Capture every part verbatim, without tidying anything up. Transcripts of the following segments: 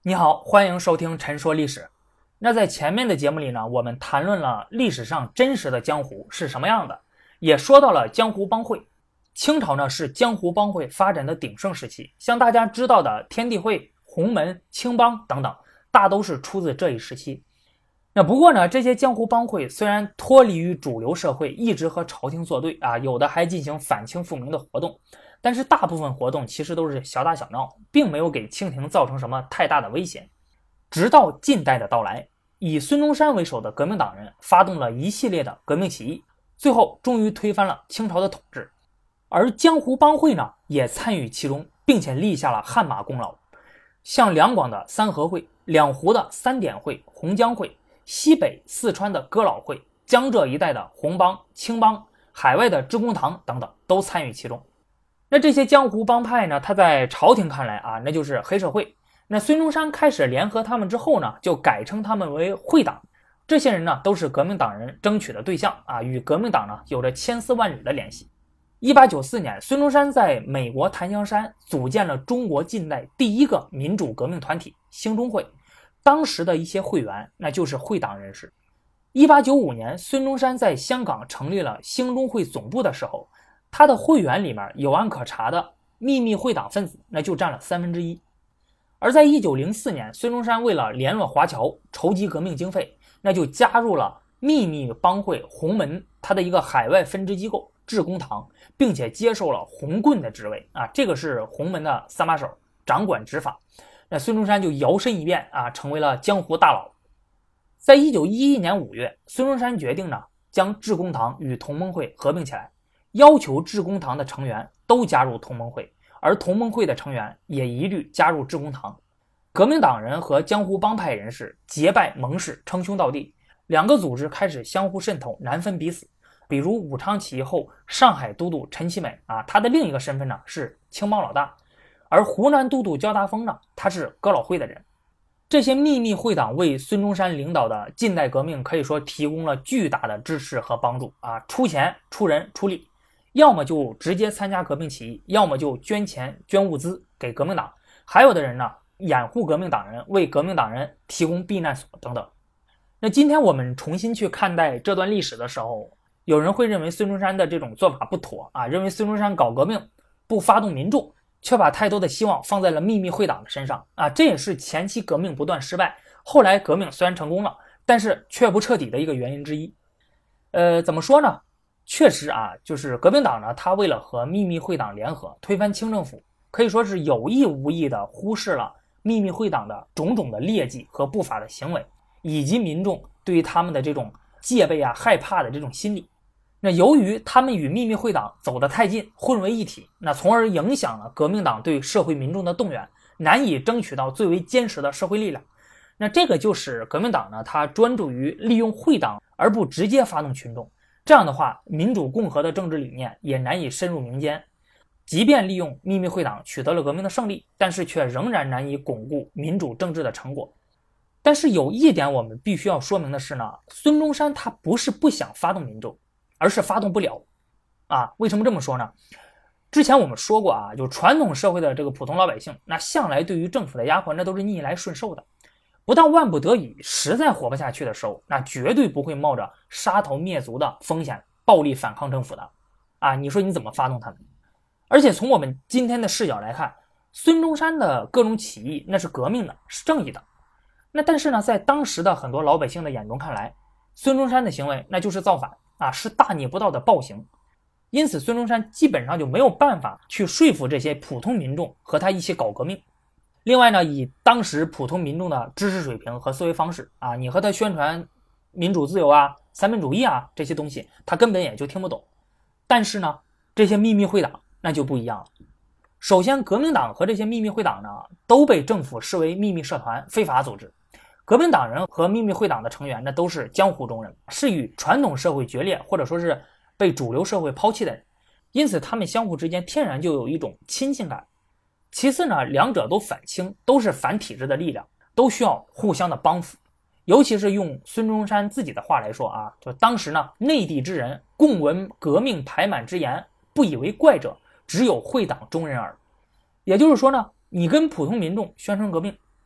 你好，欢迎收听陈说历史。那在前面的节目里呢，我们谈论了历史上真实的江湖是什么样的，也说到了江湖帮会。清朝呢是江湖帮会发展的鼎盛时期，像大家知道的天地会、洪门、青帮等等，大都是出自这一时期。那不过呢，这些江湖帮会虽然脱离于主流社会，一直和朝廷作对啊，有的还进行反清复明的活动，但是大部分活动其实都是小打小闹，并没有给清廷造成什么太大的威胁。直到近代的到来，以孙中山为首的革命党人发动了一系列的革命起义，最后终于推翻了清朝的统治。而江湖帮会呢，也参与其中，并且立下了汗马功劳。像两广的三合会、两湖的三点会、洪江会、西北四川的哥老会、江浙一带的洪帮、青帮、海外的致公堂等等，都参与其中。那这些江湖帮派呢，他在朝廷看来啊，那就是黑社会。那孙中山开始联合他们之后呢，就改称他们为会党。这些人呢，都是革命党人争取的对象啊，与革命党呢有着千丝万缕的联系。一八九四年，孙中山在美国檀香山组建了中国近代第一个民主革命团体兴中会，当时的一些会员那就是会党人士。一八九五年，孙中山在香港成立了兴中会总部的时候，他的会员里面有案可查的秘密会党分子那就占了三分之一。而在一九零四年，孙中山为了联络华侨筹集革命经费，那就加入了秘密帮会洪门他的一个海外分支机构致公堂，并且接受了红棍的职位啊，这个是洪门的三把手，掌管执法。那孙中山就摇身一变啊，成为了江湖大佬。在一九一一年五月，孙中山决定呢，将致公堂与同盟会合并起来，要求致公堂的成员都加入同盟会，而同盟会的成员也一律加入致公堂。革命党人和江湖帮派人士结拜盟誓，称兄道弟，两个组织开始相互渗透，难分彼此。比如武昌起义后，上海都督陈其美啊，他的另一个身份呢是青帮老大，而湖南都督焦达峰呢，他是哥老会的人。这些秘密会党为孙中山领导的近代革命可以说提供了巨大的支持和帮助啊，出钱、出人、出力，要么就直接参加革命起义，要么就捐钱、捐物资给革命党，还有的人呢，掩护革命党人，为革命党人提供避难所等等。那今天我们重新去看待这段历史的时候，有人会认为孙中山的这种做法不妥啊，认为孙中山搞革命不发动民众，却把太多的希望放在了秘密会党的身上啊，这也是前期革命不断失败，后来革命虽然成功了，但是却不彻底的一个原因之一。呃，怎么说呢？确实啊，就是革命党呢，他为了和秘密会党联合推翻清政府，可以说是有意无意的忽视了秘密会党的种种的劣迹和不法的行为，以及民众对于他们的这种戒备啊、害怕的这种心理。那由于他们与秘密会党走得太近，混为一体，那从而影响了革命党对社会民众的动员，难以争取到最为坚实的社会力量。那这个就使革命党呢，他专注于利用会党而不直接发动群众。这样的话，民主共和的政治理念也难以深入民间。即便利用秘密会党取得了革命的胜利，但是却仍然难以巩固民主政治的成果。但是有一点我们必须要说明的是呢，孙中山他不是不想发动民众，而是发动不了啊。为什么这么说呢？之前我们说过啊，就传统社会的这个普通老百姓，那向来对于政府的压迫那都是逆来顺受的，不到万不得已实在活不下去的时候，那绝对不会冒着杀头灭族的风险暴力反抗政府的啊。你说你怎么发动他们？而且从我们今天的视角来看，孙中山的各种起义那是革命的，是正义的。那但是呢，在当时的很多老百姓的眼中看来，孙中山的行为那就是造反啊，是大逆不道的暴行。因此孙中山基本上就没有办法去说服这些普通民众和他一起搞革命。另外呢，以当时普通民众的知识水平和思维方式啊，你和他宣传民主自由啊、三民主义啊这些东西，他根本也就听不懂。但是呢，这些秘密会党那就不一样了。首先，革命党和这些秘密会党呢，都被政府视为秘密社团、非法组织。革命党人和秘密会党的成员那都是江湖中人，是与传统社会决裂或者说是被主流社会抛弃的人，因此他们相互之间天然就有一种亲近感。其次呢，两者都反清，都是反体制的力量，都需要互相的帮扶。尤其是用孙中山自己的话来说啊，就当时呢，内地之人共闻革命排满之言，不以为怪者，只有会党中人耳。也就是说呢，你跟普通民众宣传革命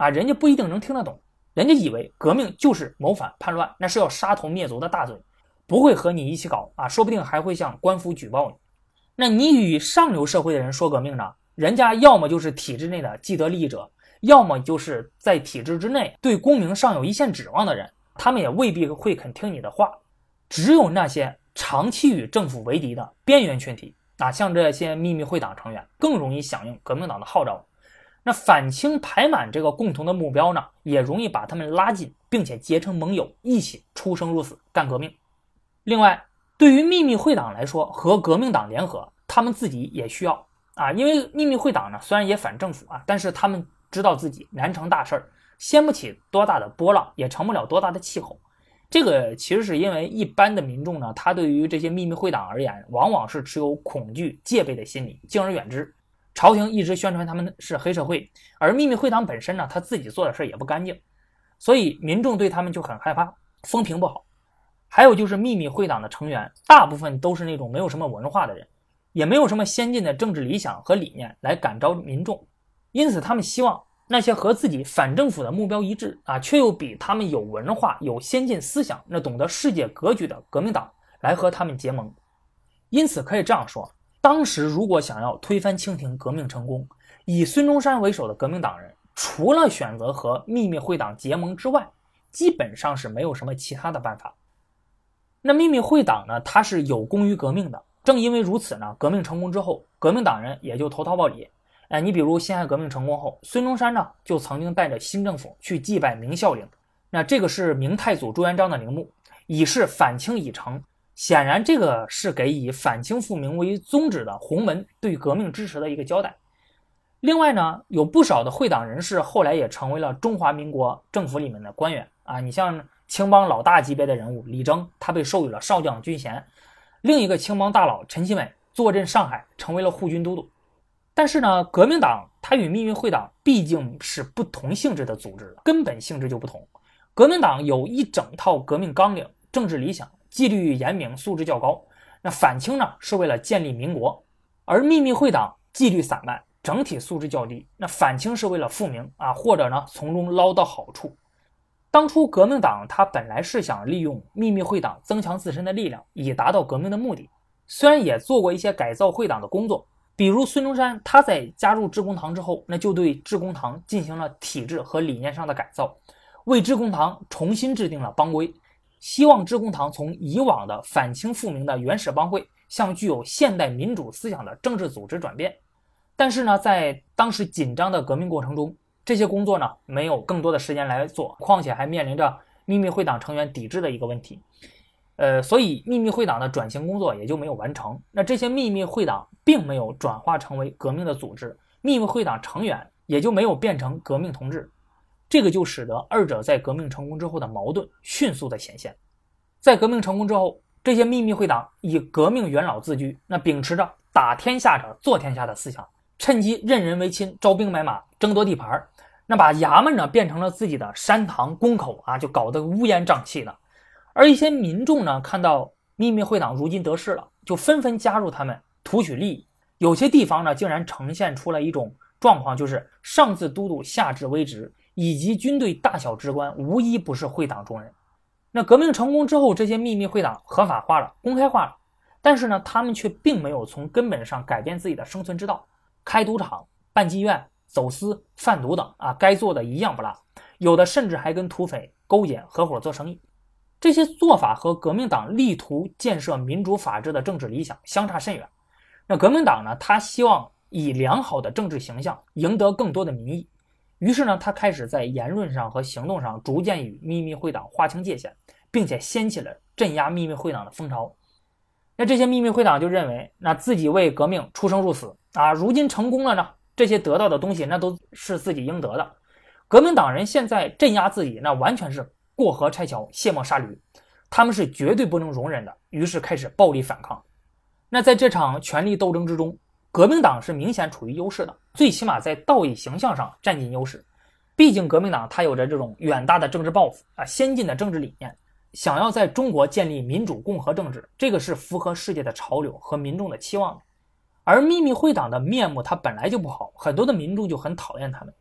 啊，人家不一定能听得懂，人家以为革命就是谋反叛乱，那是要杀头灭族的大罪，不会和你一起搞啊，说不定还会向官府举报你。那你与上流社会的人说革命呢，人家要么就是体制内的既得利益者，要么就是在体制之内对公明尚有一线指望的人，他们也未必会肯听你的话。只有那些长期与政府为敌的边缘群体啊，像这些秘密会党成员更容易响应革命党的号召。那反清排满这个共同的目标呢，也容易把他们拉近，并且结成盟友，一起出生入死干革命。另外，对于秘密会党来说，和革命党联合，他们自己也需要啊，因为秘密会党呢虽然也反政府啊，但是他们知道自己难成大事，掀不起多大的波浪，也成不了多大的气候。这个其实是因为一般的民众呢，他对于这些秘密会党而言，往往是持有恐惧戒备的心理，敬而远之。朝廷一直宣传他们是黑社会，而秘密会党本身呢，他自己做的事也不干净，所以民众对他们就很害怕，风评不好。还有就是秘密会党的成员大部分都是那种没有什么文化的人，也没有什么先进的政治理想和理念来感召民众，因此他们希望那些和自己反政府的目标一致啊，却又比他们有文化有先进思想，那懂得世界格局的革命党来和他们结盟。因此可以这样说，当时如果想要推翻清廷革命成功，以孙中山为首的革命党人除了选择和秘密会党结盟之外，基本上是没有什么其他的办法。那秘密会党呢，它是有功于革命的，正因为如此呢，革命成功之后，革命党人也就投桃报李。哎，你比如辛亥革命成功后，孙中山呢就曾经带着新政府去祭拜明孝陵，那这个是明太祖朱元璋的陵墓，以示反清已成。显然这个是给以反清复明为宗旨的洪门对革命支持的一个交代。另外呢，有不少的会党人士后来也成为了中华民国政府里面的官员啊，你像青帮老大级别的人物李征，他被授予了少将军衔，另一个青帮大佬陈其美坐镇上海，成为了护军都督。但是呢，革命党它与秘密会党毕竟是不同性质的组织，根本性质就不同。革命党有一整套革命纲领、政治理想，纪律严明，素质较高。那反清呢，是为了建立民国，而秘密会党纪律散漫，整体素质较低。那反清是为了复明啊，或者呢从中捞到好处。当初革命党他本来是想利用秘密会党增强自身的力量，以达到革命的目的。虽然也做过一些改造会党的工作，比如孙中山他在加入致公堂之后，那就对致公堂进行了体制和理念上的改造，为致公堂重新制定了帮规，希望致公堂从以往的反清复明的原始帮会向具有现代民主思想的政治组织转变。但是呢，在当时紧张的革命过程中，这些工作呢没有更多的时间来做，况且还面临着秘密会党成员抵制的一个问题，呃，所以秘密会党的转型工作也就没有完成。那这些秘密会党并没有转化成为革命的组织，秘密会党成员也就没有变成革命同志，这个就使得二者在革命成功之后的矛盾迅速的显现。在革命成功之后，这些秘密会党以革命元老自居，那秉持着打天下者做天下的思想，趁机任人唯亲，招兵买马，争夺地盘，那把衙门呢变成了自己的山堂宫口啊，就搞得乌烟瘴气的。而一些民众呢，看到秘密会党如今得势了，就纷纷加入他们，图取利益。有些地方呢，竟然呈现出了一种状况，就是上至都督，下至微职，以及军队大小职官，无一不是会党中人。那革命成功之后，这些秘密会党合法化了，公开化了，但是呢，他们却并没有从根本上改变自己的生存之道，开赌场、办妓院、走私、贩毒等啊，该做的一样不落，有的甚至还跟土匪勾结，合伙做生意。这些做法和革命党力图建设民主法治的政治理想相差甚远。那革命党呢，他希望以良好的政治形象赢得更多的民意，于是呢，他开始在言论上和行动上逐渐与秘密会党划清界限，并且掀起了镇压秘密会党的风潮。那这些秘密会党就认为，那自己为革命出生入死啊，如今成功了呢，这些得到的东西那都是自己应得的。革命党人现在镇压自己，那完全是过河拆桥，卸磨杀驴，他们是绝对不能容忍的，于是开始暴力反抗。那在这场权力斗争之中，革命党是明显处于优势的，最起码在道义形象上占尽优势。毕竟革命党它有着这种远大的政治抱负啊，先进的政治理念，想要在中国建立民主共和政治，这个是符合世界的潮流和民众的期望的。而秘密会党的面目它本来就不好，很多的民众就很讨厌他们。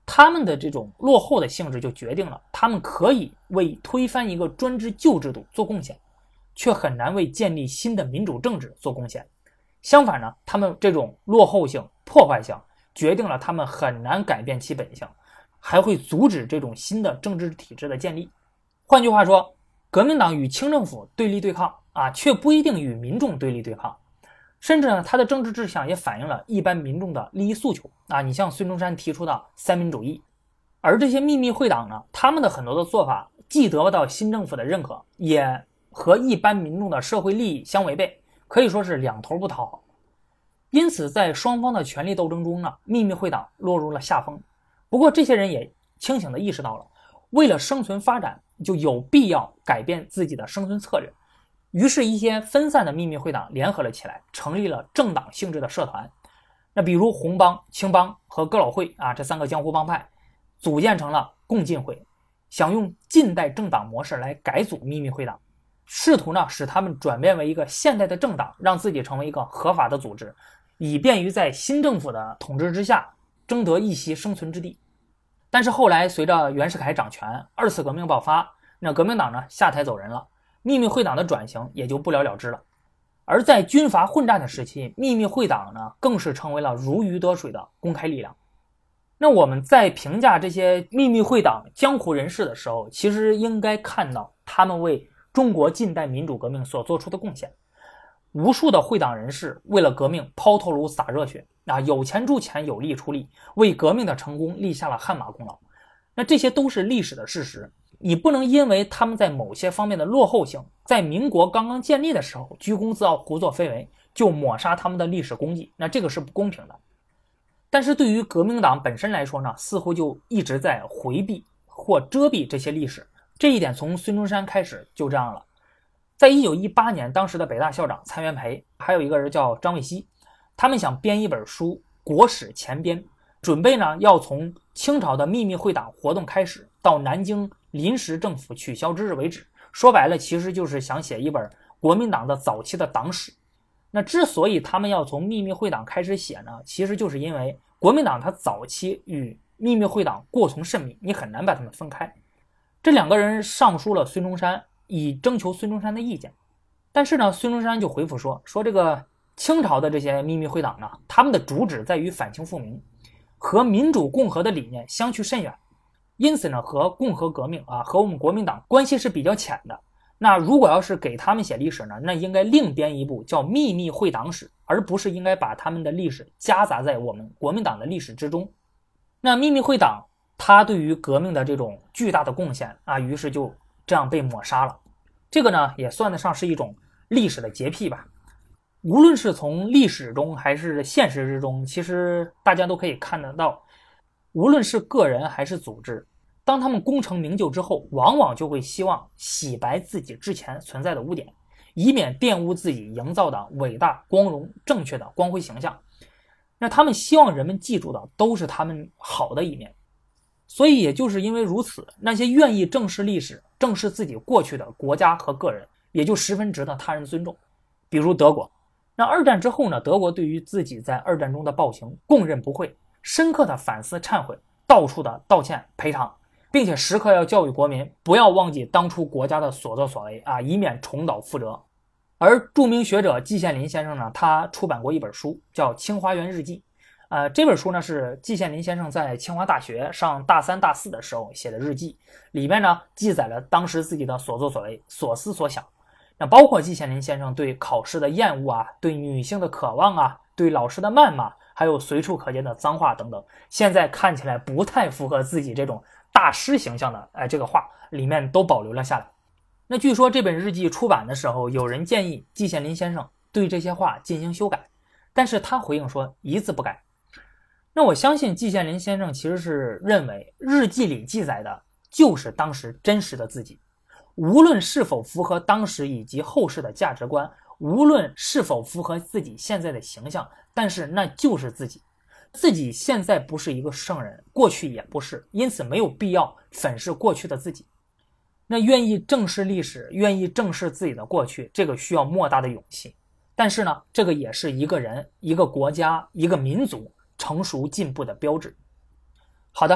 他们的这种落后的性质就决定了他们可以为推翻一个专制旧制度做贡献，却很难为建立新的民主政治做贡献。相反呢，他们这种落后性、破坏性决定了他们很难改变其本性，还会阻止这种新的政治体制的建立。换句话说，革命党与清政府对立对抗啊，却不一定与民众对立对抗。甚至呢，他的政治志向也反映了一般民众的利益诉求啊。你像孙中山提出的三民主义，而这些秘密会党呢，他们的很多的做法既得不到新政府的认可，也和一般民众的社会利益相违背，可以说是两头不讨好。因此，在双方的权力斗争中呢，秘密会党落入了下风。不过，这些人也清醒地意识到了，为了生存发展，就有必要改变自己的生存策略。于是，一些分散的秘密会党联合了起来，成立了政党性质的社团。那比如红帮、青帮和哥老会啊，这三个江湖帮派组建成了共进会，想用近代政党模式来改组秘密会党，试图呢使他们转变为一个现代的政党，让自己成为一个合法的组织，以便于在新政府的统治之下争得一席生存之地。但是后来随着袁世凯掌权，二次革命爆发，那革命党呢下台走人了，秘密会党的转型也就不了了之了。而在军阀混战的时期，秘密会党呢更是成为了如鱼得水的公开力量。那我们在评价这些秘密会党江湖人士的时候，其实应该看到他们为中国近代民主革命所做出的贡献。无数的会党人士为了革命抛头颅洒热血啊，有钱出钱，有力出力，为革命的成功立下了汗马功劳。那这些都是历史的事实，你不能因为他们在某些方面的落后性，在民国刚刚建立的时候居功自傲、胡作非为，就抹杀他们的历史功绩，那这个是不公平的。但是对于革命党本身来说呢，似乎就一直在回避或遮蔽这些历史，这一点从孙中山开始就这样了。在一九一八年，当时的北大校长蔡元培还有一个人叫张卫西，他们想编一本书《国史前编》，准备呢要从清朝的秘密会党活动开始，到南京临时政府取消之日为止。说白了，其实就是想写一本国民党的早期的党史。那之所以他们要从秘密会党开始写呢，其实就是因为国民党它早期与秘密会党过从甚密，你很难把他们分开。这两个人上书了孙中山，以征求孙中山的意见。但是呢，孙中山就回复说，说这个清朝的这些秘密会党呢，他们的主旨在于反清复明，和民主共和的理念相去甚远，因此呢，和共和革命啊，和我们国民党关系是比较浅的。那如果要是给他们写历史呢，那应该另编一部叫秘密会党史，而不是应该把他们的历史夹杂在我们国民党的历史之中。那秘密会党它对于革命的这种巨大的贡献啊，于是就这样被抹杀了。这个呢，也算得上是一种历史的洁癖吧。无论是从历史中还是现实之中，其实大家都可以看得到，无论是个人还是组织，当他们功成名就之后，往往就会希望洗白自己之前存在的污点，以免玷污自己营造的伟大、光荣、正确的光辉形象。那他们希望人们记住的都是他们好的一面。所以也就是因为如此，那些愿意正视历史、正视自己过去的国家和个人，也就十分值得他人尊重。比如德国，那二战之后呢，德国对于自己在二战中的暴行供认不讳，深刻的反思忏悔，到处的道歉赔偿，并且时刻要教育国民不要忘记当初国家的所作所为啊，以免重蹈覆辙。而著名学者季羡林先生呢，他出版过一本书叫《清华园日记》。呃，这本书呢是季羡林先生在清华大学上大三大四的时候写的日记，里面呢记载了当时自己的所作所为、所思所想。那包括季羡林先生对考试的厌恶啊，对女性的渴望啊，对老师的谩骂，还有随处可见的脏话等等，现在看起来不太符合自己这种大师形象的，哎，这个话里面都保留了下来。那据说这本日记出版的时候，有人建议季羡林先生对这些话进行修改，但是他回应说一字不改。那我相信季羡林先生其实是认为日记里记载的就是当时真实的自己，无论是否符合当时以及后世的价值观，无论是否符合自己现在的形象，但是那就是自己。自己现在不是一个圣人，过去也不是，因此没有必要粉饰过去的自己。那愿意正视历史，愿意正视自己的过去，这个需要莫大的勇气。但是呢，这个也是一个人、一个国家、一个民族成熟进步的标志。好的，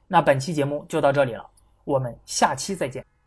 那本期节目就到这里了，我们下期再见。